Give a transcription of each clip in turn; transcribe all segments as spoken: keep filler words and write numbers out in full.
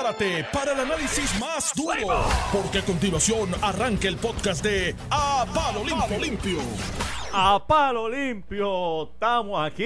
Prepárate para el análisis más duro, porque a continuación arranca el podcast de A Palo Limpio. Limpio. A Palo Limpio, estamos aquí.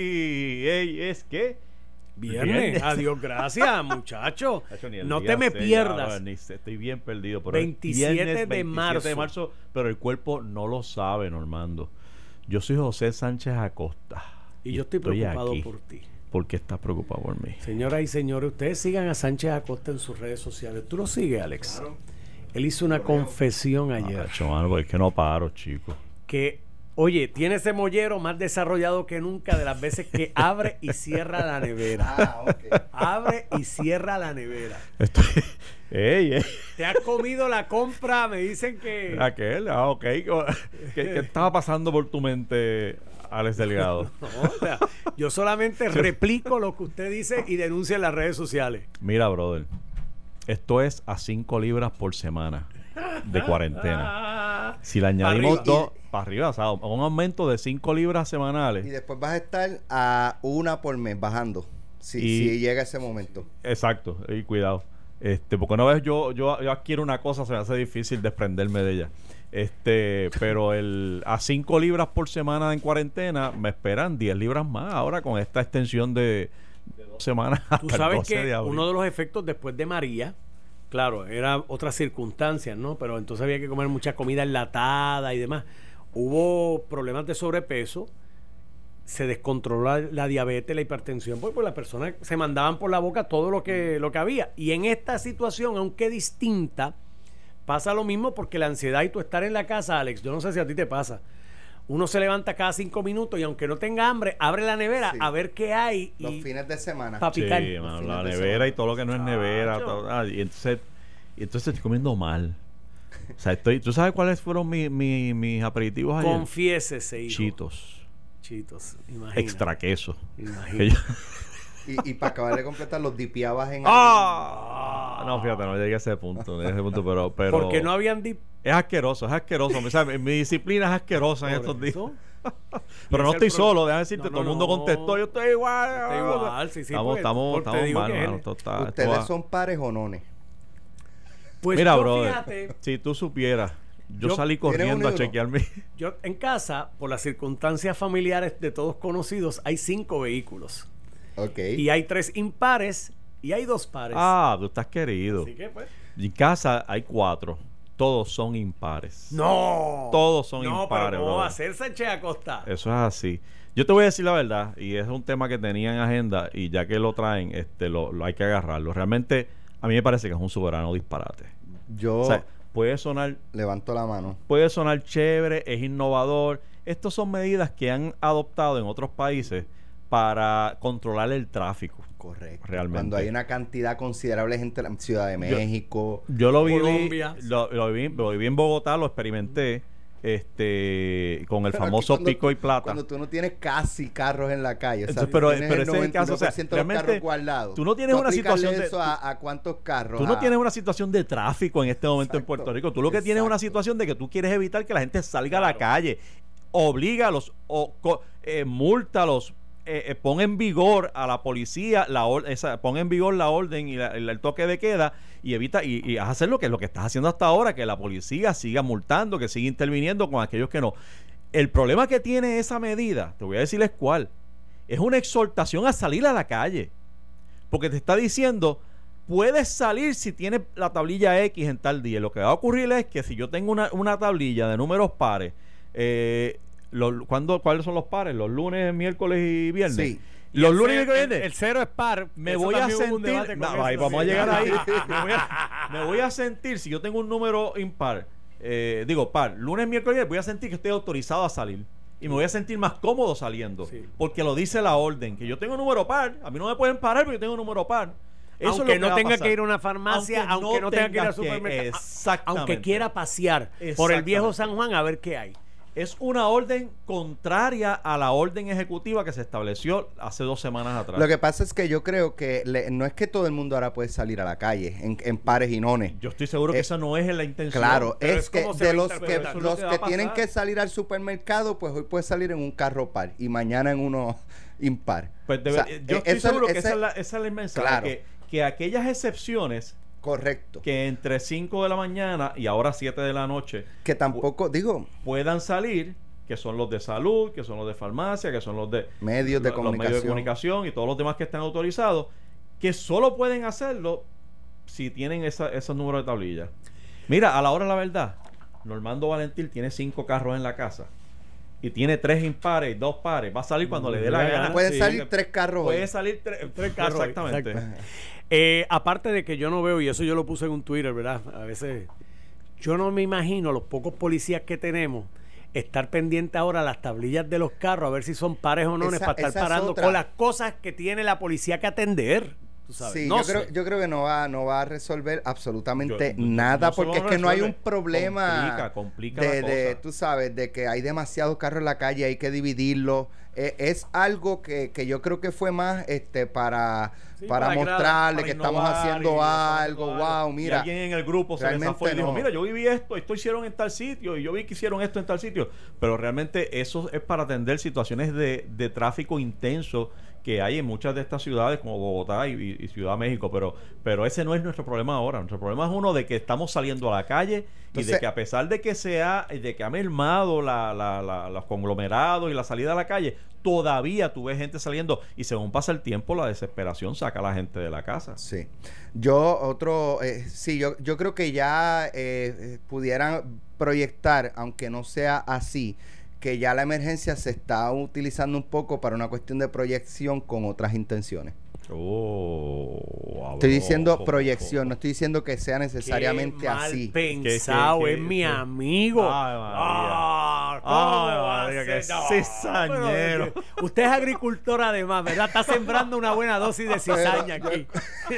Ey, ¿es qué? Viernes. Viernes. Adiós, gracias, muchacho. No te me sé, pierdas. Ya, ni sé, estoy bien perdido. Pero veintisiete viernes, de veintisiete marzo. de marzo, pero el cuerpo no lo sabe, Normando. Yo soy José Sánchez Acosta. Y yo estoy preocupado aquí. por ti. ¿Por qué estás preocupado por mí? Señoras y señores, ustedes sigan a Sánchez Acosta en sus redes sociales. ¿Tú lo sigues, Alex? Claro. Él hizo una confesión ayer. Ah, mano, es que no paro, chico. Que, oye, tiene ese mollero más desarrollado que nunca de las veces que abre y cierra la nevera. Ah, ok. Abre y cierra la nevera. Estoy... Ey, ey. ¿Te has comido la compra? Me dicen que... Aquel, ah, ok. ¿Qué, qué estaba pasando por tu mente, Alex Delgado? No, o sea, yo solamente replico lo que usted dice y denuncia en las redes sociales. Mira, brother, esto es a cinco libras por semana de cuarentena. Si le añadimos dos para arriba, o sea, un aumento de cinco libras semanales. Y después vas a estar a una por mes bajando, si, Y- si llega ese momento. Exacto, y cuidado. Este, porque una vez yo, yo, yo adquiero una cosa, se me hace difícil desprenderme de ella. Este, pero el a cinco libras por semana en cuarentena me esperan diez libras más ahora con esta extensión de, de dos semanas. Tú sabes que uno de los efectos después de María, claro, era otras circunstancias, ¿no? Pero entonces había que comer mucha comida enlatada y demás. Hubo problemas de sobrepeso, se descontroló la, la diabetes, la hipertensión, pues, pues las personas se mandaban por la boca todo lo que, lo que había. Y en esta situación, aunque distinta, pasa lo mismo porque la ansiedad y tú estar en la casa, Alex, yo no sé si a ti te pasa. Uno se levanta cada cinco minutos y aunque no tenga hambre, abre la nevera Sí. a ver qué hay. Los Y fines de semana. pa' Sí, picar. mano, Fines la de nevera semana. y todo lo que no es nevera. Chacho. todo- ah, y entonces, y entonces estoy comiendo mal. O sea, estoy, ¿tú sabes cuáles fueron mi, mi- mis aperitivos ayer? Confiésese, hijo. Chitos. Chitos, imagina. Extra queso. Imagina. Que yo- Y, y para acabar de completar, los dipiabas en... ¡Ah! No, fíjate, no llegué a ese punto, no llegué a ese punto, pero, pero Porque no habían dip. es asqueroso, es asqueroso. O sea, mi, mi disciplina es asquerosa en Por estos días. eso. Pero no ese estoy es el pro- solo, déjame decirte, No, todo el no, mundo no. contestó, yo estoy igual. Está igual, sí, sí, Estamos, porque- estamos, porque te estamos digo mal, que mano. él- Esto está- esto ¿Ustedes va- son pares o nones? Pues Mira, yo, brother, fíjate, si tú supieras, yo, Yo- salí ¿Tienes corriendo uno a y uno? chequear mi... yo en casa, por las circunstancias familiares de todos conocidos, hay cinco vehículos. Ok. Y hay tres impares y hay dos pares. Ah, tú estás querido. Así que, pues. Y en casa hay cuatro. Todos son impares. ¡No! Todos son no, impares, pero ¿cómo brother. va a ser Sánchez Acosta? Eso es así. Yo te voy a decir la verdad, y es un tema que tenía en agenda, y ya que lo traen, este, lo, lo hay que agarrarlo. Realmente, a mí me parece que es un soberano disparate. Yo O sea, puede sonar, levanto la mano. puede sonar chévere, es innovador. Estas son medidas que han adoptado en otros países para controlar el tráfico. Correcto. Realmente. Cuando hay una cantidad considerable de gente en Ciudad de México. Yo lo viví, Colombia. lo, lo viví, lo viví en Bogotá, lo experimenté, este, con el Pero aquí famoso cuando pico tú- y plata. Cuando tú no tienes casi carros en la calle. O sea, Entonces, pero- tienes pero el ese es el caso, o sea, noventa y uno por ciento de los realmente, carros guardados. tú no tienes una aplícale situación de- eso a, a cuántos carros. Tú no a- tienes una situación de tráfico en este momento en Exacto, Puerto Rico. Tú lo que tienes es una exacto. situación de que tú quieres evitar que la gente salga a la Claro. calle. Oblígalos o co- eh, múltalos. Eh, eh, pon en vigor a la policía la or- esa, pon en vigor la orden y la- el, el toque de queda y evita y, y haz hacer lo que lo que estás haciendo hasta ahora, que la policía siga multando, que siga interviniendo con aquellos que no. El problema que tiene esa medida, te voy a decirles cuál, es una exhortación a salir a la calle, porque te está diciendo puedes salir si tienes la tablilla X en tal día. Lo que va a ocurrir es que si yo tengo una, una tablilla de números pares, eh, los, ¿cuándo, ¿cuáles son los pares? Los lunes, miércoles y viernes. Sí. Los El lunes y cero- viernes. El, el cero es par. me Eso voy a también hubo un sentir. debate con No, eso, ahí vamos a sí. llegar ahí. me, voy a, me voy a sentir, si yo tengo un número impar, eh, digo par, lunes, miércoles y viernes, voy a sentir que estoy autorizado a salir. Y me voy a sentir más cómodo saliendo. Sí. Porque lo dice la orden. Que yo tengo un número par. A mí no me pueden parar porque yo tengo un número par. Eso Aunque es lo no que va a tenga pasar. que ir a una farmacia, Aunque aunque no no, tenga que ir al tengas que- supermercado, exactamente. aunque quiera pasear por el Exactamente. viejo San Juan a ver qué hay. Es una orden contraria a la orden ejecutiva que se estableció hace dos semanas atrás. Lo que pasa es que yo creo que le- no es que todo el mundo ahora puede salir a la calle en, en pares y nones. Yo estoy seguro que Eh, esa no es la intención. Claro, pero es es que como se de va a los que, interpretar. Eso es los lo que va que a tienen pasar. que salir al supermercado, pues hoy puede salir en un carro par y mañana en uno impar. Pues debe- O sea, yo eh, estoy eso- seguro que ese- esa es, la, esa es el mensaje. Claro. Que, que aquellas excepciones Correcto. que entre cinco de la mañana y ahora siete de la noche Que tampoco, digo, puedan salir, que son los de salud, que son los de farmacia, que son los de medios de los medios de comunicación. comunicación y todos los demás que están autorizados, que solo pueden hacerlo si tienen esa, esos números de tablilla. Mira, a la hora de la verdad, Normando Valentín tiene cinco carros en la casa y tiene tres impares y dos pares. Va a salir cuando le dé la gana. Pueden Sí. salir tres carros Puede hoy. salir tre- Tres carros, Exactamente. exacto. Eh, aparte de que yo no veo, y eso yo lo puse en un Twitter, ¿verdad? A veces, yo no me imagino los pocos policías que tenemos estar pendiente ahora a las tablillas de los carros, a ver si son pares o no, Esa- para estar esa es parando otra. con las cosas que tiene la policía que atender. Tú sabes. Sí, No yo, sé. creo, yo creo que no va, no va a resolver absolutamente Yo- yo- nada, no solo porque es no que no hay un resuelve, problema complica, complica de, la de, cosa. tú sabes, de que hay demasiados carros en la calle, hay que dividirlo. Eh, es algo que, que yo creo que fue más este para, Sí, para para mostrarle Para que innovar estamos y haciendo estamos algo, haciendo algo. wow, Y mira. alguien en el grupo se les realmente zafó y dijo, no. mira, yo viví esto, esto hicieron en tal sitio y yo vi que hicieron esto en tal sitio. Pero realmente eso es para atender situaciones de, de tráfico intenso que hay en muchas de estas ciudades como Bogotá y, y- y Ciudad de México, pero pero ese no es nuestro problema ahora. Nuestro problema es uno de que estamos saliendo a la calle y Entonces- de que a pesar de que sea de que ha mermado la, la, la- los conglomerados y la salida a la calle, todavía tú ves gente saliendo y según pasa el tiempo la desesperación saca a la gente de la casa. Sí. Yo, otro, eh, sí, yo, yo creo que ya eh, eh, pudieran proyectar, aunque no sea así, que ya la emergencia se está utilizando un poco para una cuestión de proyección con otras intenciones. Oh, Estoy diciendo oh, proyección, no estoy diciendo que sea necesariamente Qué mal así. pensado, ¿Qué- qué- es qué- mi qué? amigo. Ay, María. Ah, ¿cómo Ay, va a María, ser? qué No, cizañero. pero es que usted es agricultor además, ¿verdad? Está sembrando una buena dosis de cizaña Pero aquí.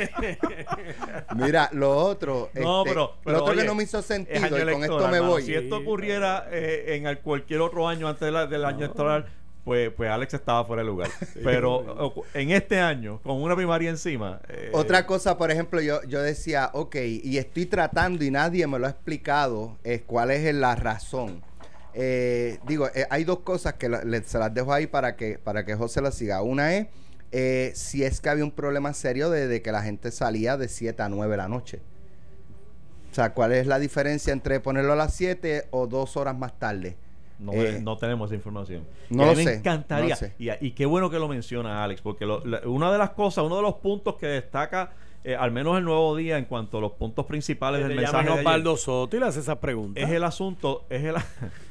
Mira, lo otro, No, este, pero, pero, lo otro oye, que no me hizo es sentido, año y con electoral, esto me mano. voy. Si esto ocurriera eh, en el- cualquier otro año antes de la- del año electoral, pues, pues Alex estaba fuera de lugar. Pero ocu- en este año, con una primaria encima. eh, Otra cosa, por ejemplo, yo, yo decía, ok, y estoy tratando y nadie me lo ha explicado, es cuál es la razón. Eh, digo, eh, hay dos cosas que la- le- se las dejo ahí para que, para que José las siga. Una es eh, si es que había un problema serio de, de que la gente salía de siete a nueve de la noche. O sea, ¿cuál es la diferencia entre ponerlo a las siete o dos horas más tarde? No, Eh, no tenemos esa información. no Y a lo mí sé, Me encantaría. no sé. Y, y qué bueno que lo menciona Alex, porque lo- la- una de las cosas, uno de los puntos que destaca, eh, al menos el Nuevo Día, en cuanto a los puntos principales del Le mensaje llaman de ayer, Osvaldo Soto y le hace esa pregunta. es el asunto, es el,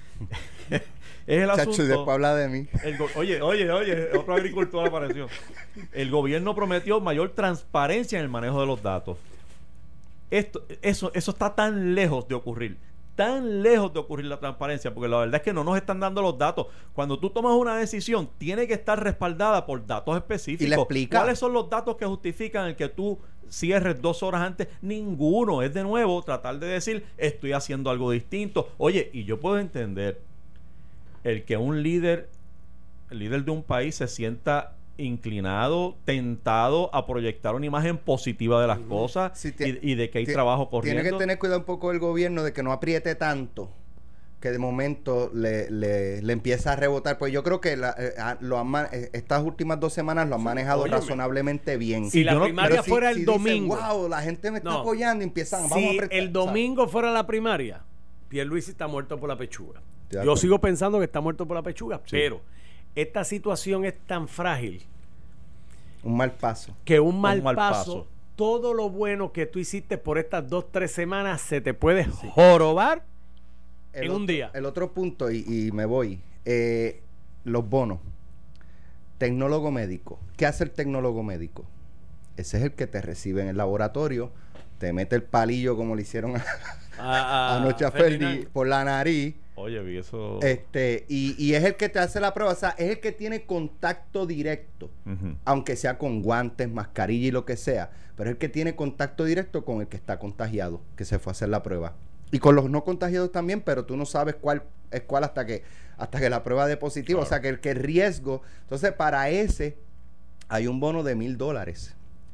es el Chacho, y después asunto. habla de mí. El go- oye, oye, oye, otro agricultor apareció. El gobierno prometió mayor transparencia en el manejo de los datos. Esto, eso, eso está tan lejos de ocurrir. Tan lejos de ocurrir la transparencia, porque la verdad es que no nos están dando los datos. Cuando tú tomas una decisión, tiene que estar respaldada por datos específicos. Y le explica. ¿Cuáles son los datos que justifican el que tú cierres dos horas antes? Ninguno. Es de nuevo tratar de decir, estoy haciendo algo distinto. Oye, y yo puedo entender el que un líder, el líder de un país se sienta inclinado, tentado a proyectar una imagen positiva de las cosas Sí, tie- y, y de que hay Ti- trabajo corriendo. Tiene que tener cuidado un poco el gobierno de que no apriete tanto, que de momento le, le, le empieza a rebotar. Pues yo creo que la, eh, ah, lo han ma- eh, estas últimas dos semanas lo han manejado óyeme. razonablemente bien. Si Y la yo no- primaria Pero si- fuera el si dicen, domingo. wow, la gente me está No. apoyando y empiezan, vamos a Si apretar. el domingo fuera la primaria, Pierluisi está muerto por la pechuga. de Yo acuerdo. sigo pensando que está muerto por la pechuga, Sí. pero esta situación es tan frágil Un mal paso. que un mal, mal paso, paso. todo lo bueno que tú hiciste por estas dos, tres semanas se te puede jorobar El en otro- un día. El otro punto, y, y me voy, eh, los bonos. Tecnólogo médico. ¿Qué hace el tecnólogo médico? Ese es el que te recibe en el laboratorio, te mete el palillo como le hicieron a, A- a anoche a Ferdinand. Ferdi por la nariz. Oye, vi eso. Este, y, y es el que te hace la prueba, o sea, es el que tiene contacto directo, Ujú. aunque sea con guantes, mascarilla y lo que sea, pero es el que tiene contacto directo con el que está contagiado, que se fue a hacer la prueba. Y con los no contagiados también, pero tú no sabes cuál es cuál hasta que hasta que la prueba dé positivo, Claro. o sea, que el que riesgo. Entonces, para ese hay un bono de mil dólares.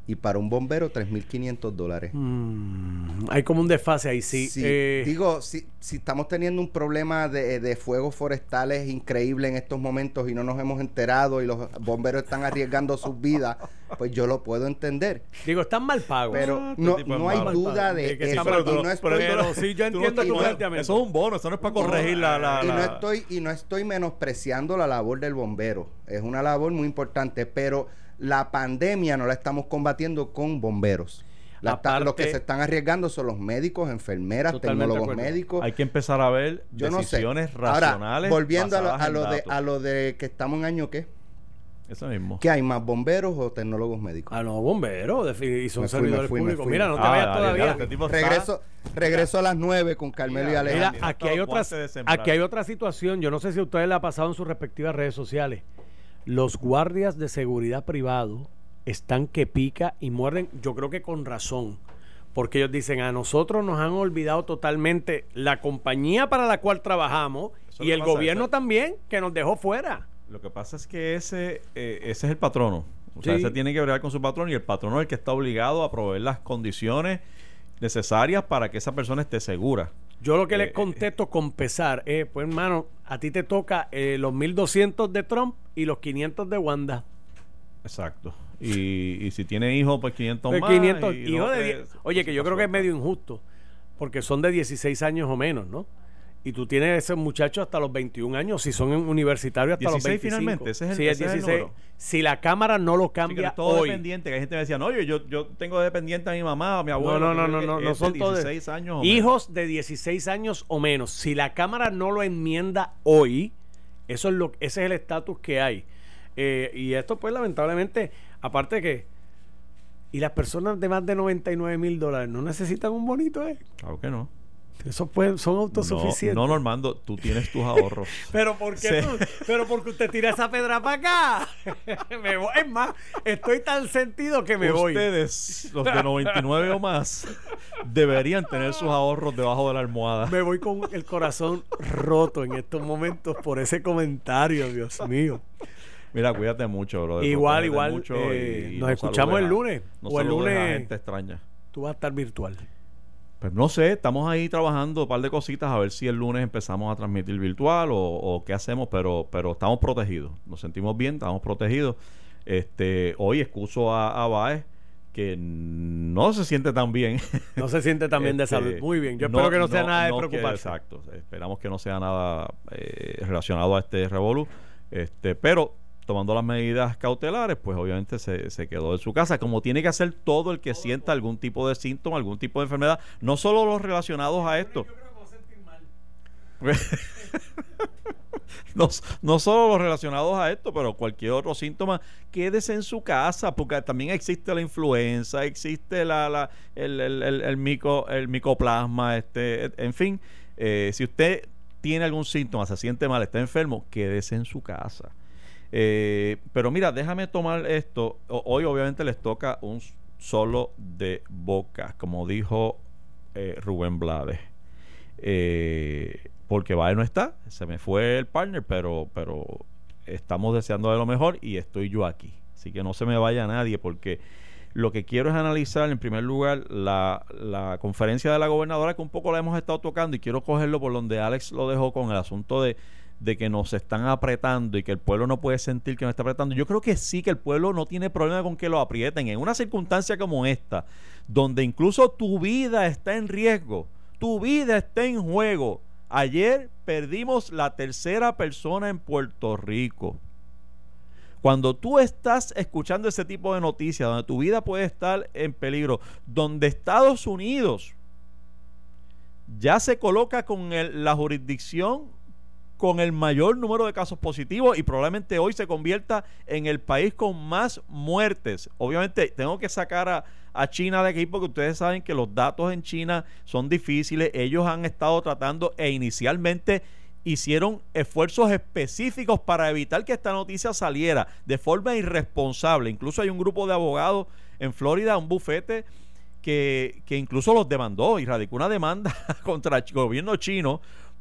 y para un bombero tres mil quinientos dólares. Mm, hay como un desfase ahí, sí. Sí, eh, digo, si, si estamos teniendo un problema de, de fuegos forestales increíble en estos momentos y no nos hemos enterado y los bomberos están arriesgando sus vidas, pues yo lo puedo entender. Digo, están mal pagos. Pero Ah, no, este tipo es no hay malo. duda de De que eso. sí, pero Y tú no- no estoy- pero tú pero no- sí, yo tú no entiendo te- tu no- planteamiento. Eso es un bono, eso no es para corregir la... la, y no la- estoy y no estoy menospreciando la labor del bombero, es una labor muy importante, pero la pandemia no la estamos combatiendo con bomberos. La está- Aparte- los que se están arriesgando son los médicos, enfermeras, Totalmente de tecnólogos acuerdo. médicos. Hay que empezar a ver Yo no sé. decisiones Ahora, racionales. volviendo a lo, basadas a lo en de datos. a lo de que estamos en año qué, Eso mismo. ¿qué hay más bomberos o tecnólogos médicos? Ah, no, bomberos, defini- y son Me fui, servidores me fui, me públicos. fui. Mira, no te Ah, vayas dale, todavía. dale, este tipo está- Regreso regreso a las nueve con Carmelo y Mira, Alejandro. Mira, aquí Está hay, los otras, guantes de sembrar. aquí hay otra situación. Yo no sé si a ustedes le ha pasado en sus respectivas redes sociales. Los guardias de seguridad privado están que pica y muerden, yo creo que con razón. Porque ellos dicen, a nosotros nos han olvidado totalmente la compañía para la cual trabajamos Eso y le el pasa a gobierno ese- también, que nos dejó fuera. Lo que pasa es que ese, eh, ese es el patrono. O sea, Sí. ese tiene que bregar con su patrón y el patrono es el que está obligado a proveer las condiciones necesarias para que esa persona esté segura. Yo lo que Eh, les contesto con pesar es, pues hermano, a ti te toca eh, los mil doscientos de Trump y los quinientos de Wanda. Exacto. Y, y si tiene hijos, pues quinientos Pues más. quinientos, y hijo no de te- die- oye, que yo creo que es medio injusto, porque son de dieciséis años o menos, ¿no? Y tú tienes esos muchachos hasta los veintiún años, si son universitarios hasta los dieciséis veinticinco. finalmente, ese es el- sí, es ese es el dieciséis. número. Si la Cámara no lo Sí, que cambia es todo hoy. dependiente, que hay gente que me decía, no, yo, yo, yo tengo dependiente a mi mamá, a mi abuelo. No, no, no, que- no, que no, es no de son todos dieciséis años o hijos de dieciséis años o menos. Si la Cámara no lo enmienda hoy, eso es lo, ese es el estatus que hay. Eh, y esto, pues, lamentablemente, aparte que, y las personas de más de noventa y nueve mil dólares no necesitan un bonito, ¿eh? menos. Claro que no. Esos pueden, son No, autosuficientes. no, Normando, tú tienes tus ahorros. Pero ¿por qué Sí. tú? Pero porque usted tira esa pedra para acá. Me voy. Es más, estoy tan sentido que me voy. Ustedes, los de noventa y nueve o más, deberían tener sus ahorros debajo de la almohada. Me voy con el corazón roto en estos momentos por ese comentario, Dios mío. Mira, cuídate mucho, bro. Igual, igual, eh, nos escuchamos el lunes, No o el saludes a lunes- gente extraña. Tú vas a estar virtual. Pues no sé, estamos ahí trabajando un par de cositas a ver si el lunes empezamos a transmitir virtual o, o qué hacemos, pero pero estamos protegidos, nos sentimos bien, estamos protegidos. Este, hoy excuso a, a Baez, que no se siente tan bien. No se siente también de Este, salud. Muy bien. Yo no- espero que no sea no- nada de no que- preocuparse. exacto. Esperamos que no sea nada eh, relacionado a este revolú. Este, pero tomando las medidas cautelares, pues obviamente se, se quedó en su casa, como tiene que hacer todo el que sienta algún tipo de síntoma, algún tipo de enfermedad, no solo los relacionados a esto. No, no solo los relacionados a esto, pero cualquier otro síntoma, quédese en su casa, porque también existe la influenza, existe la, la el, el, el, el mico, el micoplasma, este, en fin, eh, si usted tiene algún síntoma, se siente mal, está enfermo, quédese en su casa. Eh, pero mira, déjame tomar esto. O- hoy obviamente les toca un solo de boca, como dijo eh, Rubén Blades. Eh, porque Baez no está, se me fue el partner, pero, pero estamos deseando de lo mejor y estoy yo aquí. Así que no se me vaya nadie, porque lo que quiero es analizar en primer lugar la, la conferencia de la gobernadora, que un poco la hemos estado tocando, y quiero cogerlo por donde Alex lo dejó con el asunto de, de que nos están apretando y que el pueblo no puede sentir que nos está apretando. Yo creo que sí, que el pueblo no tiene problema con que lo aprieten. En una circunstancia como esta, donde incluso tu vida está en riesgo, tu vida está en juego. Ayer perdimos la tercera persona en Puerto Rico. Cuando tú estás escuchando ese tipo de noticias, donde tu vida puede estar en peligro, donde Estados Unidos ya se coloca con el, la jurisdicción con el mayor número de casos positivos y probablemente hoy se convierta en el país con más muertes. Obviamente tengo que sacar a, a China de aquí, porque ustedes saben que los datos en China son difíciles. Ellos han estado tratando e inicialmente hicieron esfuerzos específicos para evitar que esta noticia saliera de forma irresponsable. Incluso hay un grupo de abogados en Florida, un bufete que, que incluso los demandó y radicó una demanda contra el gobierno chino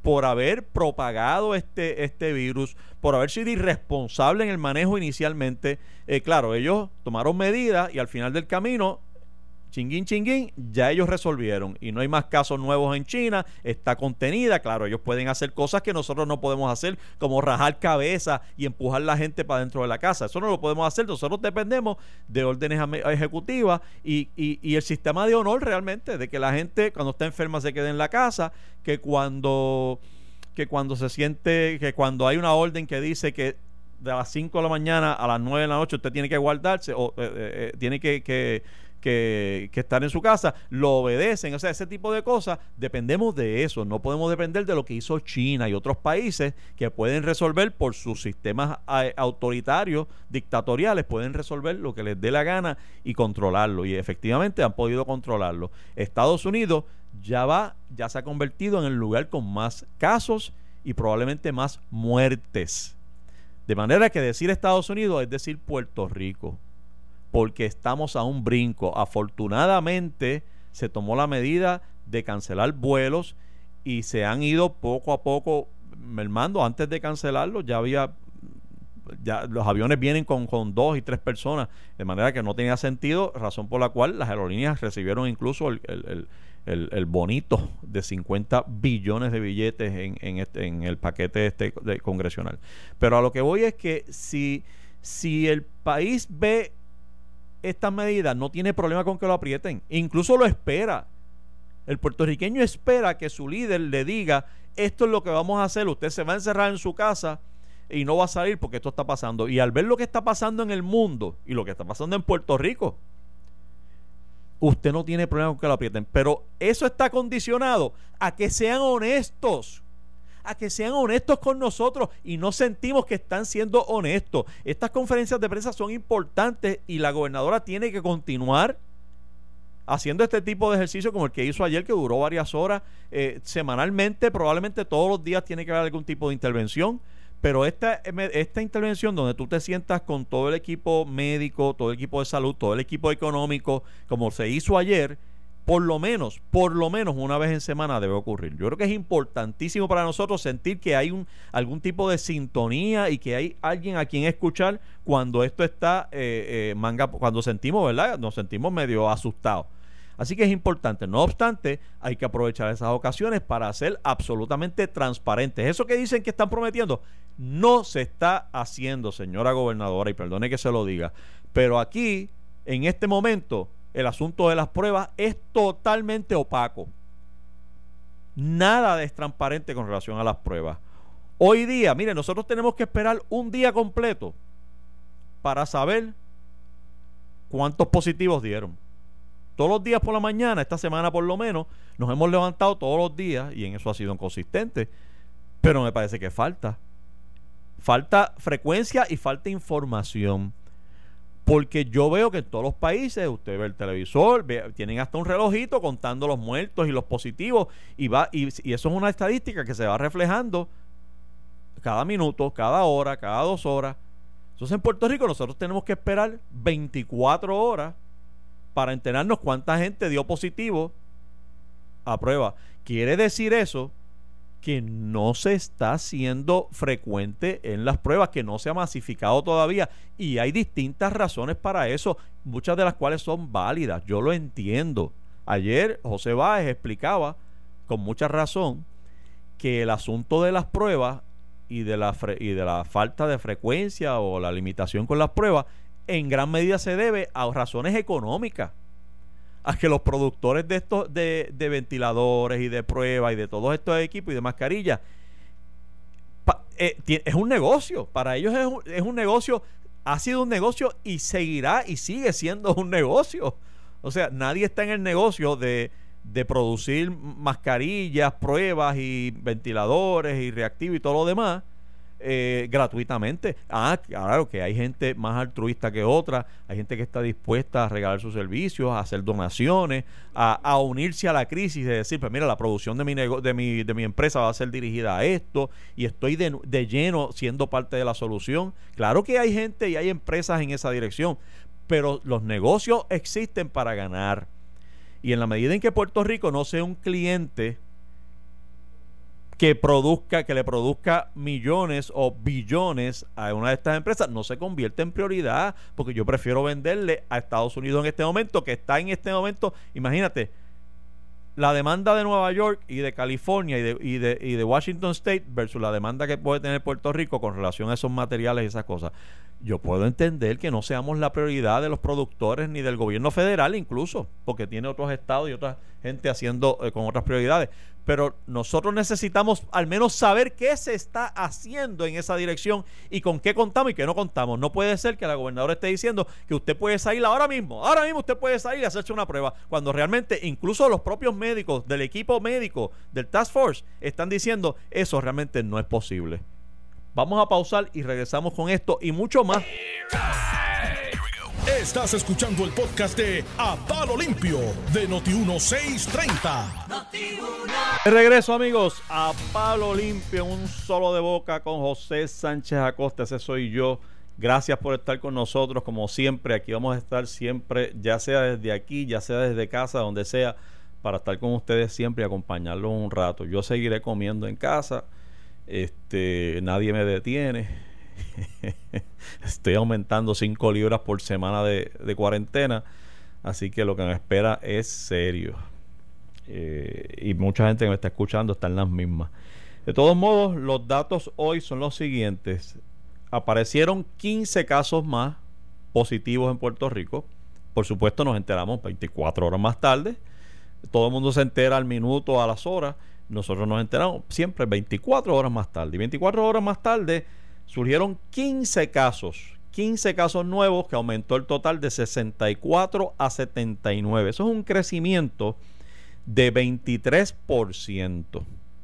por haber propagado este, este virus, por haber sido irresponsable en el manejo inicialmente. Eh, claro, ellos tomaron medidas y al final del camino, chinguín, chinguín, ya ellos resolvieron y no hay más casos nuevos en China, está contenida. Claro, ellos pueden hacer cosas que nosotros no podemos hacer, como rajar cabeza y empujar la gente para dentro de la casa. Eso no lo podemos hacer, nosotros dependemos de órdenes ejecutivas y, y, y el sistema de honor realmente, de que la gente cuando está enferma se quede en la casa, que cuando, que cuando se siente, que cuando hay una orden que dice que de las cinco de la mañana a las nueve de la noche usted tiene que guardarse o eh, eh, tiene que, que Que, que estar en su casa, lo obedecen. O sea, ese tipo de cosas, dependemos de eso. No podemos depender de lo que hizo China y otros países que pueden resolver por sus sistemas a, autoritarios, dictatoriales, pueden resolver lo que les dé la gana y controlarlo. Y efectivamente han podido controlarlo. Estados Unidos ya va, ya se ha convertido en el lugar con más casos y probablemente más muertes. De manera que decir Estados Unidos es decir Puerto Rico, porque estamos a un brinco. Afortunadamente se tomó la medida de cancelar vuelos y se han ido poco a poco mermando. Antes de cancelarlos ya había, ya los aviones vienen con, con dos y tres personas, de manera que no tenía sentido, razón por la cual las aerolíneas recibieron incluso el, el, el, el, el bonito de cincuenta billones de billetes en, en, este, en el paquete este de congresional. Pero a lo que voy es que si, si el país ve estas medidas, no tiene problema con que lo aprieten, incluso lo espera. El puertorriqueño espera que su líder le diga: esto es lo que vamos a hacer, usted se va a encerrar en su casa y no va a salir porque esto está pasando. Y al ver lo que está pasando en el mundo y lo que está pasando en Puerto Rico, usted no tiene problema con que lo aprieten, pero eso está condicionado a que sean honestos, a que sean honestos con nosotros, y no sentimos que están siendo honestos. Estas conferencias de prensa son importantes y la gobernadora tiene que continuar haciendo este tipo de ejercicio como el que hizo ayer, que duró varias horas, eh, semanalmente, probablemente todos los días tiene que haber algún tipo de intervención, pero esta, esta intervención donde tú te sientas con todo el equipo médico, todo el equipo de salud, todo el equipo económico, como se hizo ayer, por lo menos, por lo menos una vez en semana debe ocurrir. Yo creo que es importantísimo para nosotros sentir que hay un algún tipo de sintonía y que hay alguien a quien escuchar cuando esto está eh, eh, manga, cuando sentimos, ¿verdad? Nos sentimos medio asustados. Así que es importante. No obstante, hay que aprovechar esas ocasiones para ser absolutamente transparentes. Eso que dicen que están prometiendo no se está haciendo, señora gobernadora, y perdone que se lo diga, pero aquí, en este momento, el asunto de las pruebas es totalmente opaco. Nada es transparente con relación a las pruebas. Hoy día, mire, nosotros tenemos que esperar un día completo para saber cuántos positivos dieron. Todos los días por la mañana, esta semana por lo menos, nos hemos levantado todos los días, y en eso ha sido inconsistente, pero me parece que falta. Falta frecuencia y falta información. Porque yo veo que en todos los países, usted ve el televisor, ve, tienen hasta un relojito contando los muertos y los positivos, y va y, y eso es una estadística que se va reflejando cada minuto, cada hora, cada dos horas. Entonces en Puerto Rico nosotros tenemos que esperar veinticuatro horas para enterarnos cuánta gente dio positivo a prueba. Quiere decir eso que no se está haciendo frecuente en las pruebas, que no se ha masificado todavía, y hay distintas razones para eso, muchas de las cuales son válidas. Yo lo entiendo. Ayer José Báez explicaba con mucha razón que el asunto de las pruebas y de la fre- y de la falta de frecuencia o la limitación con las pruebas en gran medida se debe a razones económicas, a que los productores de estos de, de ventiladores y de pruebas y de todos estos equipos y de mascarillas pa, eh, es un negocio. Para ellos es un, es un negocio, ha sido un negocio y seguirá y sigue siendo un negocio. O sea, nadie está en el negocio de, de producir mascarillas, pruebas y ventiladores y reactivos y todo lo demás Eh, gratuitamente. Ah, claro que hay gente más altruista que otra, hay gente que está dispuesta a regalar sus servicios, a hacer donaciones, a, a unirse a la crisis, de decir, pues mira, la producción de mi, nego- de mi de mi empresa va a ser dirigida a esto y estoy de, de lleno siendo parte de la solución. Claro que hay gente y hay empresas en esa dirección, pero los negocios existen para ganar, y en la medida en que Puerto Rico no sea un cliente que produzca, que le produzca millones o billones a una de estas empresas, no se convierte en prioridad, porque yo prefiero venderle a Estados Unidos en este momento, que está en este momento, imagínate, la demanda de Nueva York y de California y de, y de, y de Washington State versus la demanda que puede tener Puerto Rico con relación a esos materiales y esas cosas. Yo puedo entender que no seamos la prioridad de los productores ni del gobierno federal incluso, porque tiene otros estados y otra gente haciendo eh, con otras prioridades, pero nosotros necesitamos al menos saber qué se está haciendo en esa dirección y con qué contamos y qué no contamos. No puede ser que la gobernadora esté diciendo que usted puede salir ahora mismo, ahora mismo usted puede salir y hacerse una prueba, cuando realmente incluso los propios médicos del equipo médico del Task Force están diciendo eso realmente no es posible. Vamos a pausar y regresamos con esto y mucho más. Estás escuchando el podcast de A Palo Limpio de Noti uno seiscientos treinta. De regreso, amigos, a Palo Limpio, un solo de boca con José Sánchez Acosta. Ese soy yo. Gracias por estar con nosotros, como siempre. Aquí vamos a estar siempre, ya sea desde aquí, ya sea desde casa, donde sea, para estar con ustedes siempre y acompañarlos un rato. Yo seguiré comiendo en casa. Este, nadie me detiene. Estoy aumentando cinco libras por semana de, de cuarentena, así que lo que me espera es serio. Eh, y mucha gente que me está escuchando está en las mismas. De todos modos, los datos hoy son los siguientes. Aparecieron quince casos más positivos en Puerto Rico. Por supuesto, nos enteramos veinticuatro horas más tarde. Todo el mundo se entera al minuto, a las horas. Nosotros nos enteramos siempre veinticuatro horas más tarde. Y veinticuatro horas más tarde surgieron quince casos. quince casos nuevos, que aumentó el total de sesenta y cuatro a setenta y nueve. Eso es un crecimiento de veintitrés por ciento.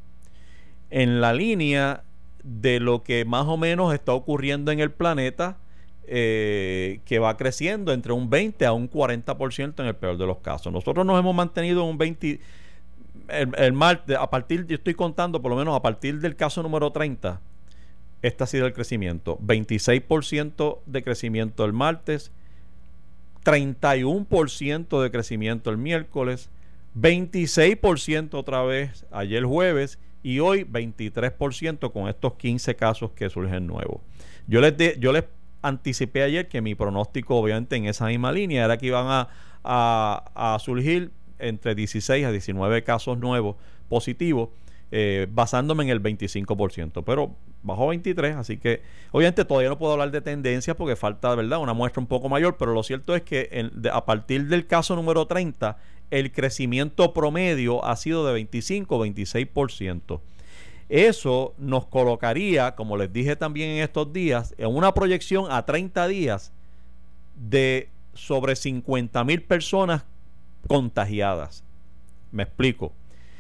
En la línea de lo que más o menos está ocurriendo en el planeta, eh, que va creciendo entre un veinte a un cuarenta por ciento en el peor de los casos. Nosotros nos hemos mantenido en un veinte por ciento. El, el martes, a partir, yo estoy contando por lo menos a partir del caso número treinta, este ha sido el crecimiento. veintiséis por ciento de crecimiento el martes, treinta y uno por ciento de crecimiento el miércoles, veintiséis por ciento otra vez ayer jueves y hoy veintitrés por ciento con estos quince casos que surgen nuevos. Yo les, de, yo les anticipé ayer que mi pronóstico, obviamente en esa misma línea, era que iban a, a, a surgir entre dieciséis a diecinueve casos nuevos positivos, eh, basándome en el veinticinco por ciento, pero bajó veintitrés, así que obviamente todavía no puedo hablar de tendencia porque falta, ¿verdad?, una muestra un poco mayor, pero lo cierto es que en, de, a partir del caso número treinta, el crecimiento promedio ha sido de veinticinco a veintiséis por ciento. Eso nos colocaría, como les dije también en estos días, en una proyección a treinta días de sobre cincuenta mil personas contagiadas. Me explico.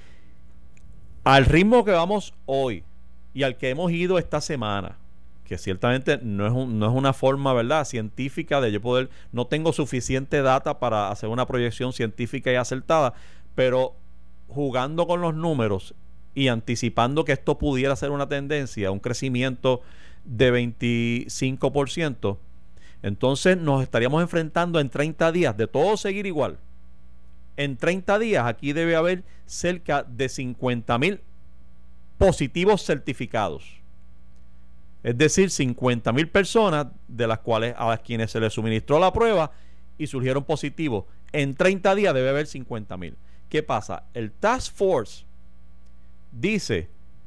Al ritmo que vamos hoy y al que hemos ido esta semana, que ciertamente no es, un, no es una forma, ¿verdad?, científica de yo poder, no tengo suficiente data para hacer una proyección científica y acertada, pero jugando con los números y anticipando que esto pudiera ser una tendencia, un crecimiento de veinticinco por ciento, entonces nos estaríamos enfrentando en treinta días, de todo seguir igual. En treinta días aquí debe haber cerca de cincuenta mil positivos certificados. Es decir, cincuenta mil personas de las cuales a quienes se les suministró la prueba y surgieron positivos. En treinta días debe haber cincuenta mil. ¿Qué pasa? El Task Force dice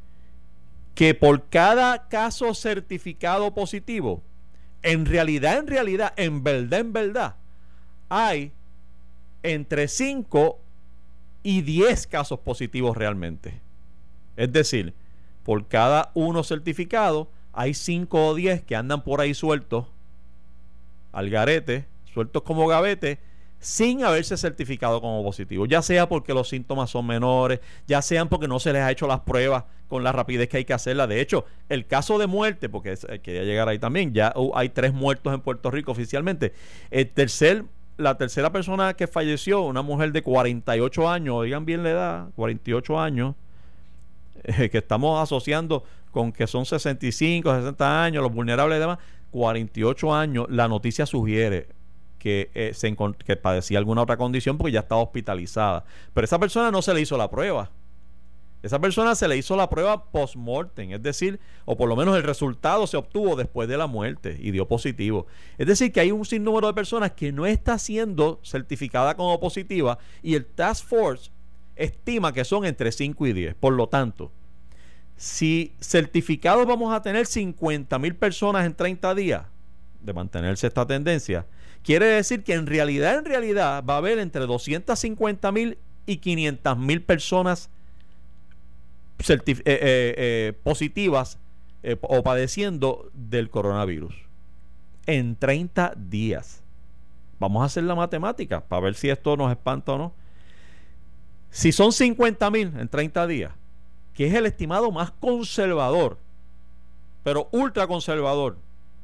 que por cada caso certificado positivo, en realidad, en realidad, en verdad, en verdad, hay entre cinco y diez casos positivos realmente. Es decir, por cada uno certificado hay cinco o diez que andan por ahí sueltos al garete, sueltos como gavete, sin haberse certificado como positivo, ya sea porque los síntomas son menores, ya sean porque no se les ha hecho las pruebas con la rapidez que hay que hacerlas. De hecho, el caso de muerte, porque quería llegar ahí también, ya hay tres muertos en Puerto Rico oficialmente. El tercer La tercera persona que falleció, una mujer de cuarenta y ocho años, oigan bien la edad, cuarenta y ocho años, eh, que estamos asociando con que son sesenta y cinco, sesenta años, los vulnerables y demás, cuarenta y ocho años, la noticia sugiere que, eh, se encont- que padecía alguna otra condición porque ya estaba hospitalizada. Pero esa persona no se le hizo la prueba. Esa persona se le hizo la prueba post-mortem, es decir, o por lo menos el resultado se obtuvo después de la muerte y dio positivo. Es decir, que hay un sinnúmero de personas que no está siendo certificada como positiva y el Task Force estima que son entre cinco y diez. Por lo tanto, si certificados vamos a tener cincuenta mil personas en treinta días de mantenerse esta tendencia, quiere decir que en realidad, en realidad va a haber entre doscientas cincuenta mil y quinientas mil personas Certif- eh, eh, eh, positivas eh, o padeciendo del coronavirus en treinta días. Vamos a hacer la matemática para ver si esto nos espanta o no. Si son cincuenta mil en treinta días, que es el estimado más conservador, pero ultra conservador,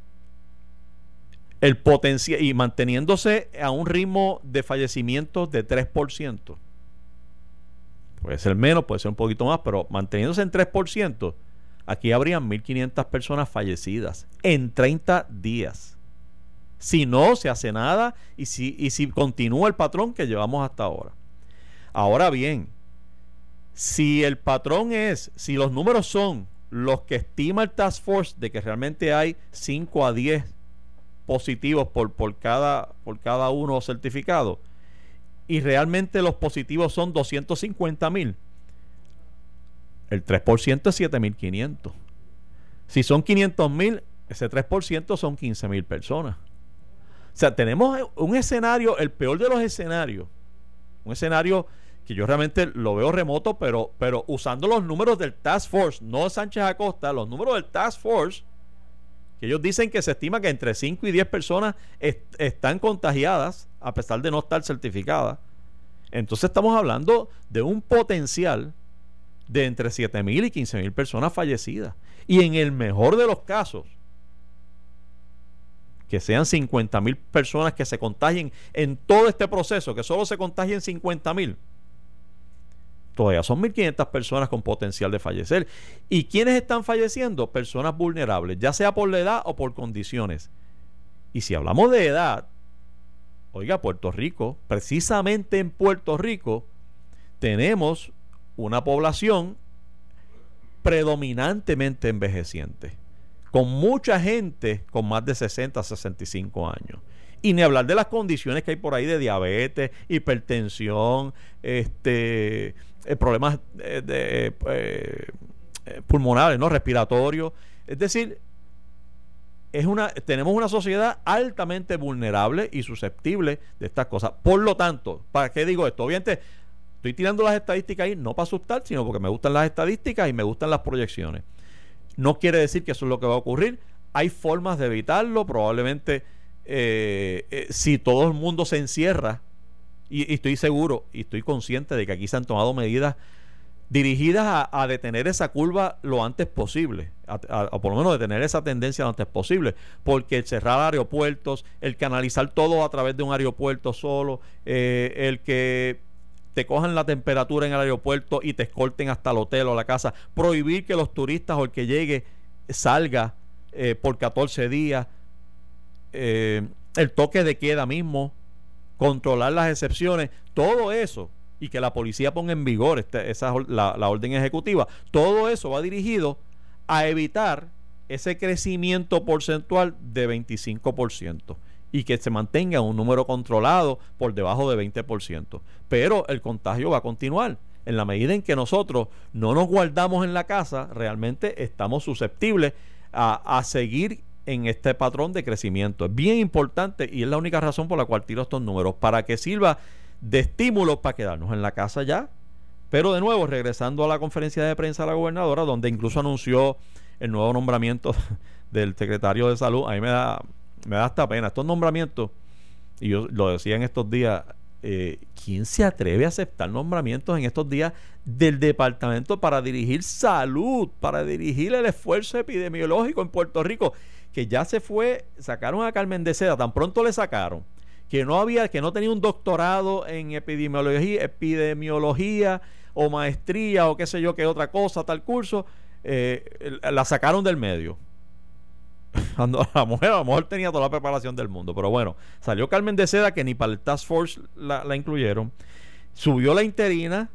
el potencial, y manteniéndose a un ritmo de fallecimientos de tres por ciento. Puede ser menos, puede ser un poquito más, pero manteniéndose en tres por ciento, aquí habrían mil quinientas personas fallecidas en treinta días. Si no se hace nada y si, y si continúa el patrón que llevamos hasta ahora. Ahora bien, si el patrón es, si los números son los que estima el Task Force de que realmente hay cinco a diez positivos por, por, cada, por cada uno certificado, y realmente los positivos son doscientos cincuenta mil, el tres por ciento es siete mil quinientos. Si son quinientos mil, ese tres por ciento son quince mil personas. O sea, tenemos un escenario, el peor de los escenarios, un escenario que yo realmente lo veo remoto, pero, pero usando los números del Task Force, no Sánchez Acosta, los números del Task Force, que ellos dicen que se estima que entre cinco y diez personas est- están contagiadas a pesar de no estar certificadas. Entonces estamos hablando de un potencial de entre siete mil y quince mil personas fallecidas. Y en el mejor de los casos, que sean cincuenta mil personas que se contagien en todo este proceso, que solo se contagien cincuenta mil, todavía son mil quinientas personas con potencial de fallecer. ¿Y quiénes están falleciendo? Personas vulnerables, ya sea por la edad o por condiciones. Y si hablamos de edad, oiga, Puerto Rico, precisamente en Puerto Rico, tenemos una población predominantemente envejeciente, con mucha gente con más de sesenta, sesenta y cinco años. Y ni hablar de las condiciones que hay por ahí de diabetes, hipertensión, este, eh, problemas eh, de, eh, eh, pulmonares, ¿no? Respiratorios. Es decir, es una, tenemos una sociedad altamente vulnerable y susceptible de estas cosas. Por lo tanto, ¿para qué digo esto? Obviamente, estoy tirando las estadísticas ahí, no para asustar, sino porque me gustan las estadísticas y me gustan las proyecciones. No quiere decir que eso es lo que va a ocurrir. Hay formas de evitarlo, probablemente. Eh, eh, si todo el mundo se encierra, y, y estoy seguro y estoy consciente de que aquí se han tomado medidas dirigidas a, a detener esa curva lo antes posible, a, a, a por lo menos detener esa tendencia lo antes posible, porque el cerrar aeropuertos, el canalizar todo a través de un aeropuerto solo, eh, el que te cojan la temperatura en el aeropuerto y te escolten hasta el hotel o la casa, prohibir que los turistas o el que llegue salga eh, por catorce días, Eh, el toque de queda mismo, controlar las excepciones, todo eso, y que la policía ponga en vigor este, esa, la, la orden ejecutiva, todo eso va dirigido a evitar ese crecimiento porcentual de veinticinco por ciento y que se mantenga un número controlado por debajo de veinte por ciento. Pero el contagio va a continuar. En la medida en que nosotros no nos guardamos en la casa, realmente estamos susceptibles a, a seguir en este patrón de crecimiento. Es bien importante y es la única razón por la cual tiro estos números, para que sirva de estímulo para quedarnos en la casa ya. Pero de nuevo, regresando a la conferencia de prensa de la gobernadora, donde incluso anunció el nuevo nombramiento del secretario de salud, a mí me da, me da hasta pena estos nombramientos, y yo lo decía en estos días, eh, ¿quién se atreve a aceptar nombramientos en estos días del departamento para dirigir salud, para dirigir el esfuerzo epidemiológico en Puerto Rico? Que ya se fue, sacaron a Carmen de Seda, tan pronto le sacaron, que no había, que no tenía un doctorado en epidemiología, epidemiología o maestría o qué sé yo qué otra cosa, tal curso, eh, la sacaron del medio. Cuando la mujer a lo mejor tenía toda la preparación del mundo, pero bueno, salió Carmen de Seda, que ni para el Task Force la, la incluyeron, subió la interina,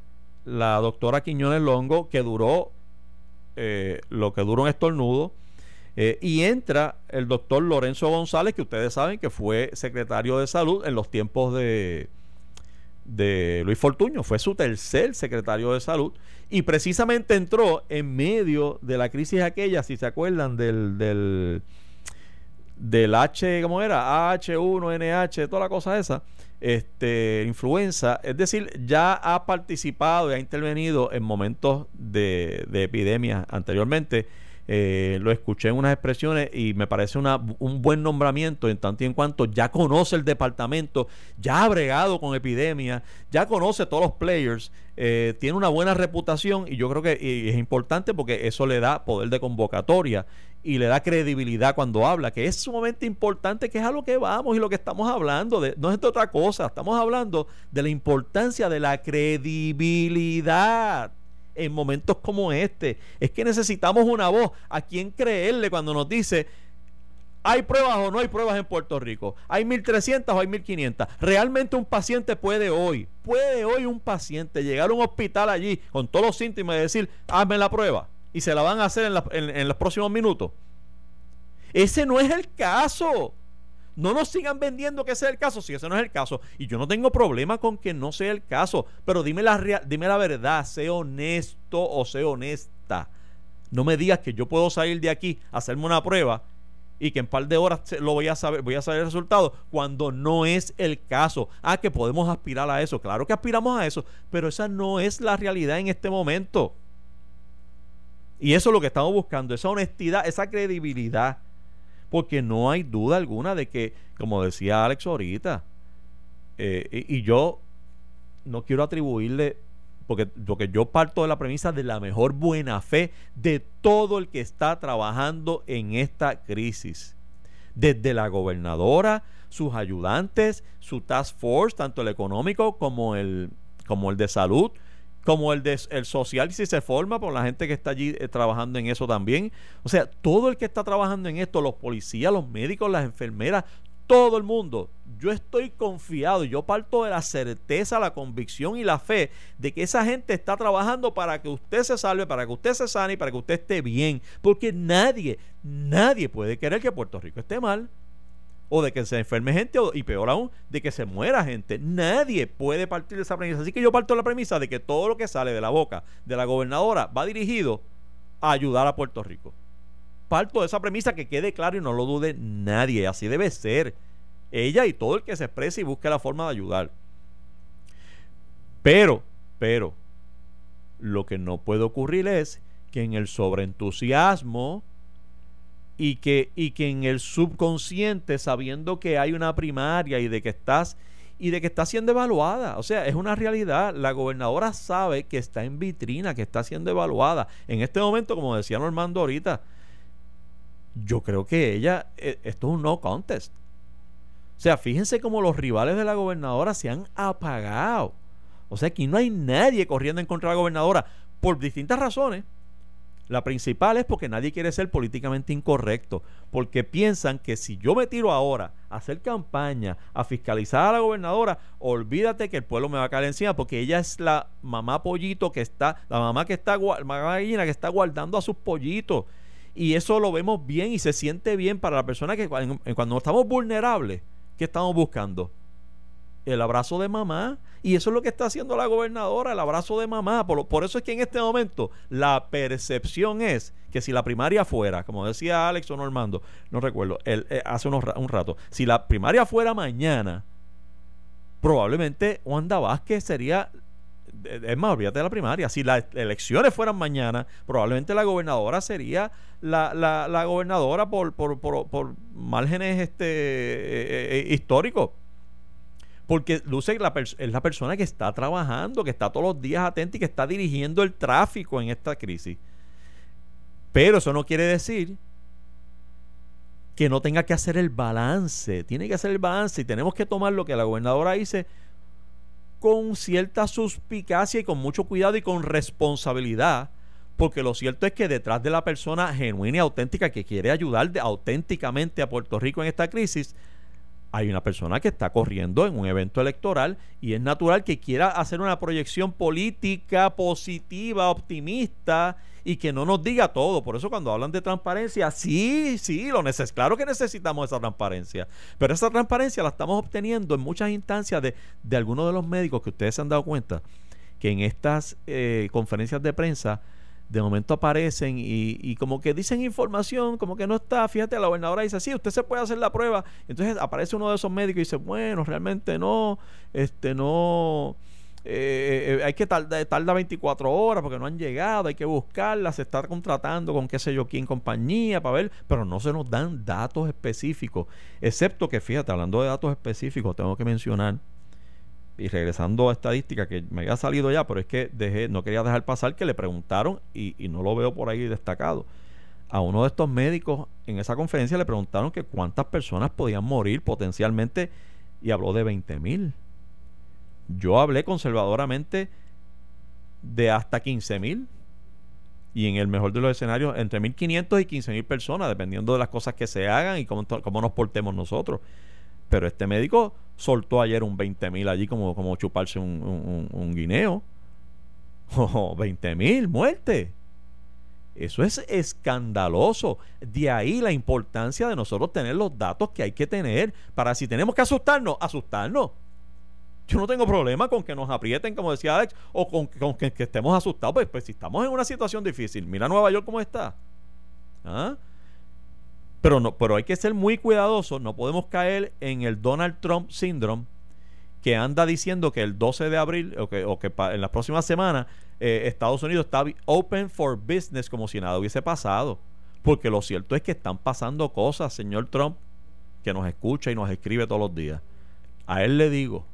la doctora Quiñones Longo, que duró eh, lo que duró un estornudo, eh, y entra el doctor Lorenzo González, que ustedes saben que fue secretario de salud en los tiempos de, de Luis Fortuño, fue su tercer secretario de salud, y precisamente entró en medio de la crisis aquella, si se acuerdan, del... del del H, ¿cómo era? H uno N H, toda la cosa esa, este, influenza, es decir, ya ha participado y ha intervenido en momentos de, de epidemia anteriormente. Eh, lo escuché en unas expresiones y me parece una, un buen nombramiento en tanto y en cuanto ya conoce el departamento, ya ha bregado con epidemias, ya conoce todos los players, eh, tiene una buena reputación, y yo creo que y es importante porque eso le da poder de convocatoria y le da credibilidad cuando habla, que es sumamente importante, que es a lo que vamos y lo que estamos hablando, de, no es de otra cosa, estamos hablando de la importancia de la credibilidad en momentos como este. Es que necesitamos una voz a quien creerle cuando nos dice: ¿hay pruebas o no hay pruebas en Puerto Rico? ¿Hay mil trescientas o hay mil quinientas? Realmente un paciente puede hoy, puede hoy un paciente llegar a un hospital allí con todos los síntomas y decir: hazme la prueba, y se la van a hacer en, la, en, en los próximos minutos. Ese no es el caso. No nos sigan vendiendo que ese es el caso, si ese no es el caso. Y yo no tengo problema con que no sea el caso, pero dime la, rea- dime la verdad, sé honesto o sé honesta. No me digas que yo puedo salir de aquí, hacerme una prueba y que en un par de horas lo voy a saber, voy a saber el resultado, cuando no es el caso. Ah, que podemos aspirar a eso. Claro que aspiramos a eso, pero esa no es la realidad en este momento. Y eso es lo que estamos buscando, esa honestidad, esa credibilidad. Porque no hay duda alguna de que, como decía Alex ahorita, eh, y, y yo no quiero atribuirle, porque, porque yo parto de la premisa de la mejor buena fe de todo el que está trabajando en esta crisis, desde la gobernadora, sus ayudantes, su task force, tanto el económico como el, como el de salud, como el de el social, si se forma por la gente que está allí eh, trabajando en eso también. O sea, todo el que está trabajando en esto, los policías, los médicos, las enfermeras, todo el mundo. Yo estoy confiado, yo parto de la certeza, la convicción y la fe de que esa gente está trabajando para que usted se salve, para que usted se sane y para que usted esté bien. Porque nadie, nadie puede querer que Puerto Rico esté mal, o de que se enferme gente, o, y peor aún, de que se muera gente. Nadie puede partir de esa premisa. Así que yo parto de la premisa de que todo lo que sale de la boca de la gobernadora va dirigido a ayudar a Puerto Rico. Parto de esa premisa, que quede claro y no lo dude nadie. Así debe ser. Ella y todo el que se exprese y busque la forma de ayudar. Pero, pero, lo que no puede ocurrir es que en el sobreentusiasmo y que, y que en el subconsciente, sabiendo que hay una primaria y de que estás y de que está siendo evaluada, o sea, es una realidad, la gobernadora sabe que está en vitrina, que está siendo evaluada en este momento, como decía Normando ahorita. Yo creo que ella, esto es un no contest. O sea, fíjense cómo los rivales de la gobernadora se han apagado. O sea, aquí no hay nadie corriendo en contra de la gobernadora por distintas razones. La principal es porque nadie quiere ser políticamente incorrecto, porque piensan que si yo me tiro ahora a hacer campaña, a fiscalizar a la gobernadora, olvídate que el pueblo me va a caer encima, porque ella es la mamá pollito que está, la mamá que está, la mamá gallina que está guardando a sus pollitos, y eso lo vemos bien y se siente bien para la persona que cuando estamos vulnerables, ¿qué estamos buscando? El abrazo de mamá. Y eso es lo que está haciendo la gobernadora, el abrazo de mamá. Por, por eso es que en este momento la percepción es que si la primaria fuera, como decía Alex o Normando, no recuerdo, él, eh, hace unos, un rato, si la primaria fuera mañana, probablemente Wanda Vázquez sería, es más, olvídate de la primaria, si las elecciones fueran mañana, probablemente la gobernadora sería la, la, la gobernadora por, por, por, por márgenes este, eh, eh, históricos. Porque Luce la pers- es la persona que está trabajando, que está todos los días atenta y que está dirigiendo el tráfico en esta crisis. Pero eso no quiere decir que no tenga que hacer el balance. Tiene que hacer el balance y tenemos que tomar lo que la gobernadora dice con cierta suspicacia y con mucho cuidado y con responsabilidad. Porque lo cierto es que detrás de la persona genuina y auténtica que quiere ayudar de, auténticamente a Puerto Rico en esta crisis, hay una persona que está corriendo en un evento electoral y es natural que quiera hacer una proyección política positiva, optimista y que no nos diga todo. Por eso cuando hablan de transparencia, sí, sí, lo neces- claro que necesitamos esa transparencia, pero esa transparencia la estamos obteniendo en muchas instancias de, de algunos de los médicos que ustedes se han dado cuenta que en estas eh, conferencias de prensa de momento aparecen y, y como que dicen información como que no está. Fíjate, la gobernadora dice, sí, usted se puede hacer la prueba. Entonces aparece uno de esos médicos y dice, bueno, realmente no, este no, eh, eh, hay que tardar tarda veinticuatro horas porque no han llegado, hay que buscarla, se está contratando con qué sé yo quién compañía para ver, pero no se nos dan datos específicos, excepto que, fíjate, hablando de datos específicos, tengo que mencionar, y regresando a estadística que me había salido ya, pero es que dejé, no quería dejar pasar que le preguntaron, y, y no lo veo por ahí destacado, a uno de estos médicos en esa conferencia le preguntaron que cuántas personas podían morir potencialmente y habló de veinte mil. Yo hablé conservadoramente de hasta quince mil y en el mejor de los escenarios entre mil quinientos y quince mil personas, dependiendo de las cosas que se hagan y cómo, cómo nos portemos nosotros. Pero este médico soltó ayer un veinte mil allí como, como chuparse un, un, un guineo. Oh, veinte mil muertes. Eso es escandaloso. De ahí la importancia de nosotros tener los datos que hay que tener para si tenemos que asustarnos, asustarnos. Yo no tengo problema con que nos aprieten, como decía Alex, o con, con que, que estemos asustados. Pues, pues si estamos en una situación difícil, mira Nueva York cómo está. ¿Ah? Pero, no, pero hay que ser muy cuidadosos. No podemos caer en el Donald Trump syndrome, que anda diciendo que el doce de abril o que, o que pa, en las próximas semanas eh, Estados Unidos está open for business, como si nada hubiese pasado. Porque lo cierto es que están pasando cosas, señor Trump, que nos escucha y nos escribe todos los días. A él le digo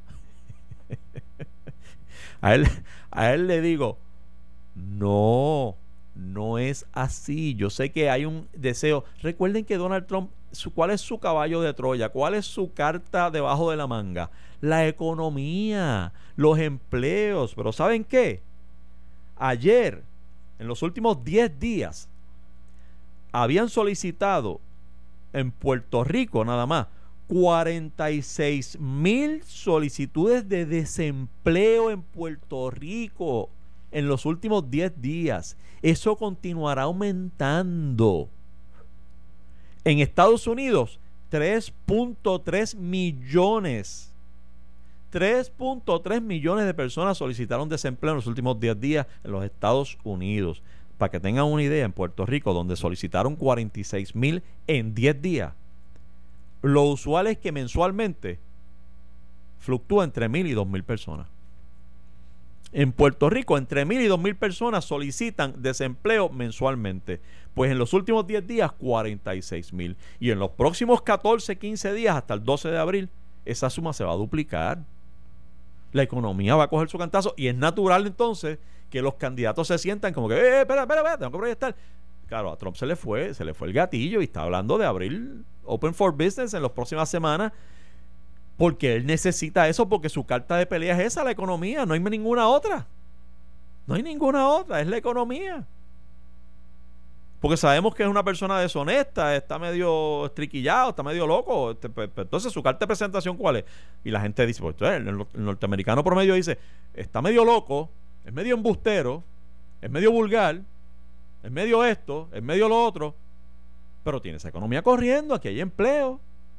a él, a él le digo no No es así. Yo sé que hay un deseo. Recuerden que Donald Trump, su, ¿cuál es su caballo de Troya? ¿Cuál es su carta debajo de la manga? La economía, los empleos. Pero ¿saben qué? Ayer, en los últimos diez días, habían solicitado en Puerto Rico nada más cuarenta y seis mil solicitudes de desempleo en Puerto Rico en los últimos diez días. Eso continuará aumentando. En Estados Unidos, tres punto tres millones. tres punto tres millones de personas solicitaron desempleo en los últimos diez días en los Estados Unidos. Para que tengan una idea, en Puerto Rico, donde solicitaron cuarenta y seis mil en diez días, lo usual es que mensualmente fluctúa entre mil y dos mil personas. En Puerto Rico, entre mil y dos mil personas solicitan desempleo mensualmente. Pues en los últimos diez días, cuarenta y seis mil. Y en los próximos catorce, quince días, hasta el doce de abril, esa suma se va a duplicar. La economía va a coger su cantazo. Y es natural entonces que los candidatos se sientan como que, eh, espera, espera, espera, tengo que proyectar. Claro, a Trump se le fue, se le fue el gatillo y está hablando de abrir Open for Business en las próximas semanas. Porque él necesita eso, porque su carta de pelea es esa, la economía. No hay ninguna otra. No hay ninguna otra, es la economía. Porque sabemos que es una persona deshonesta, está medio estriquillado, está medio loco. Entonces, su carta de presentación, ¿cuál es? Y la gente dice, pues el, el norteamericano promedio dice, está medio loco, es medio embustero, es medio vulgar, es medio esto, es medio lo otro, pero tiene esa economía corriendo, aquí hay empleo.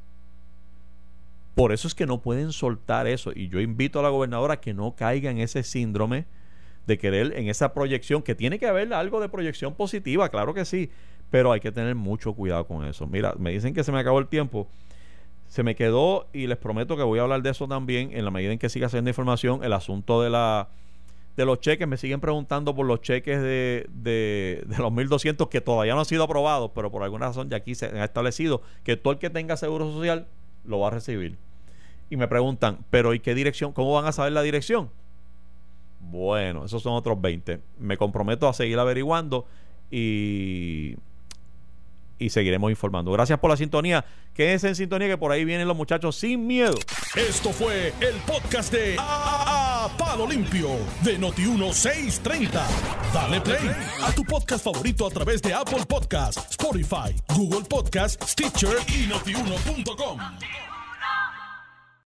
Por eso es que no pueden soltar eso. Y yo invito a la gobernadora a que no caiga en ese síndrome de querer, en esa proyección, que tiene que haber algo de proyección positiva, claro que sí, pero hay que tener mucho cuidado con eso. Mira, me dicen que se me acabó el tiempo. Se me quedó, y les prometo que voy a hablar de eso también en la medida en que siga haciendo información, el asunto de la de los cheques. Me siguen preguntando por los cheques de, de, de los mil doscientos que todavía no han sido aprobados, pero por alguna razón ya aquí se ha establecido que todo el que tenga seguro social lo va a recibir. Y me preguntan, pero ¿y qué dirección? ¿Cómo van a saber la dirección? Bueno, esos son otros veinte. Me comprometo a seguir averiguando y, y seguiremos informando. Gracias por la sintonía. Quédense en sintonía, que por ahí vienen los muchachos sin miedo. Esto fue el podcast de A, A Palo Limpio de Noti uno seiscientos treinta. Dale play a tu podcast favorito a través de Apple Podcasts, Spotify, Google Podcasts, Stitcher y notiuno punto com.